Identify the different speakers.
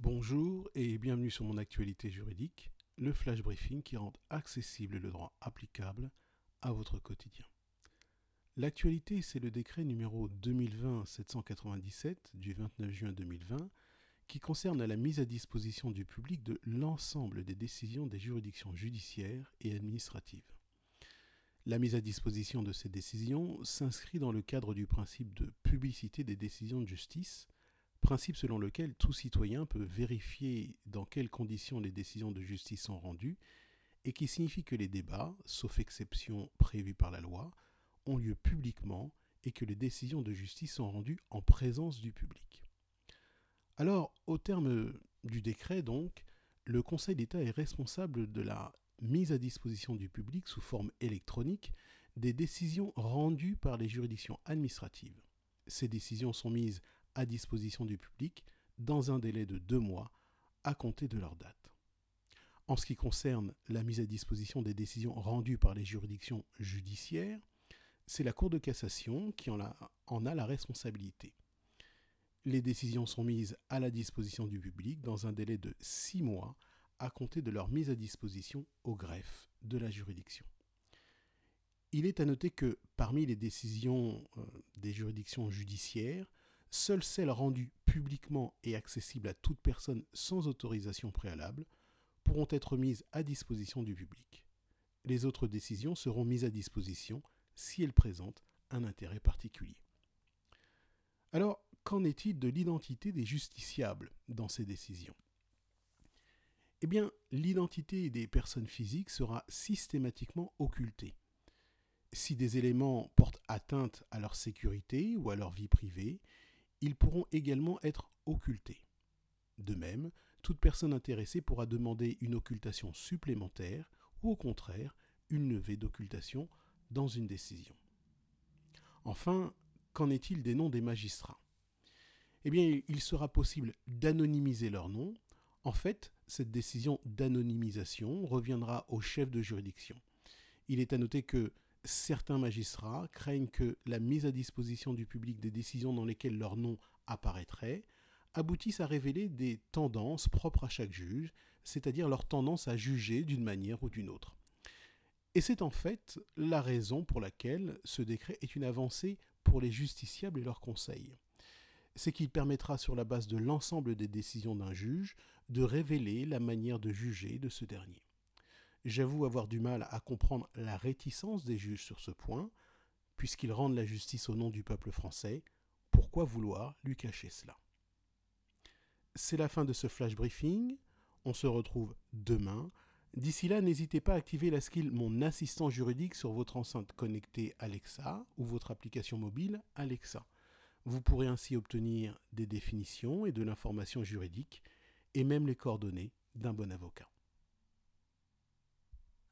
Speaker 1: Bonjour et bienvenue sur mon actualité juridique, le flash briefing qui rend accessible le droit applicable à votre quotidien. L'actualité, c'est le décret numéro 2020-797 du 29 juin 2020 qui concerne la mise à disposition du public de l'ensemble des décisions des juridictions judiciaires et administratives. La mise à disposition de ces décisions s'inscrit dans le cadre du principe de publicité des décisions de justice, principe selon lequel tout citoyen peut vérifier dans quelles conditions les décisions de justice sont rendues et qui signifie que les débats, sauf exception prévue par la loi, ont lieu publiquement et que les décisions de justice sont rendues en présence du public. Alors, au terme du décret, donc, le Conseil d'État est responsable de la mise à disposition du public sous forme électronique des décisions rendues par les juridictions administratives. Ces décisions sont mises à disposition du public dans un délai de 2 mois à compter de leur date. En ce qui concerne la mise à disposition des décisions rendues par les juridictions judiciaires, c'est la Cour de cassation qui en a la responsabilité. Les décisions sont mises à la disposition du public dans un délai de 6 mois à compter de leur mise à disposition au greffe de la juridiction. Il est à noter que parmi les décisions des juridictions judiciaires, seules celles rendues publiquement et accessibles à toute personne sans autorisation préalable pourront être mises à disposition du public. Les autres décisions seront mises à disposition si elles présentent un intérêt particulier. Alors, qu'en est-il de l'identité des justiciables dans ces décisions ? Eh bien, l'identité des personnes physiques sera systématiquement occultée. Si des éléments portent atteinte à leur sécurité ou à leur vie privée, ils pourront également être occultés. De même, toute personne intéressée pourra demander une occultation supplémentaire ou au contraire une levée d'occultation dans une décision. Enfin, qu'en est-il des noms des magistrats ? Eh bien, il sera possible d'anonymiser leurs noms. En fait, cette décision d'anonymisation reviendra au chef de juridiction. Il est à noter que certains magistrats craignent que la mise à disposition du public des décisions dans lesquelles leur nom apparaîtrait aboutisse à révéler des tendances propres à chaque juge, c'est-à-dire leur tendance à juger d'une manière ou d'une autre. Et c'est en fait la raison pour laquelle ce décret est une avancée pour les justiciables et leurs conseils. C'est qu'il permettra, sur la base de l'ensemble des décisions d'un juge, de révéler la manière de juger de ce dernier. J'avoue avoir du mal à comprendre la réticence des juges sur ce point, puisqu'ils rendent la justice au nom du peuple français. Pourquoi vouloir lui cacher cela ? C'est la fin de ce flash briefing. On se retrouve demain. D'ici là, n'hésitez pas à activer la skill Mon assistant juridique sur votre enceinte connectée Alexa ou votre application mobile Alexa. Vous pourrez ainsi obtenir des définitions et de l'information juridique et même les coordonnées d'un bon avocat.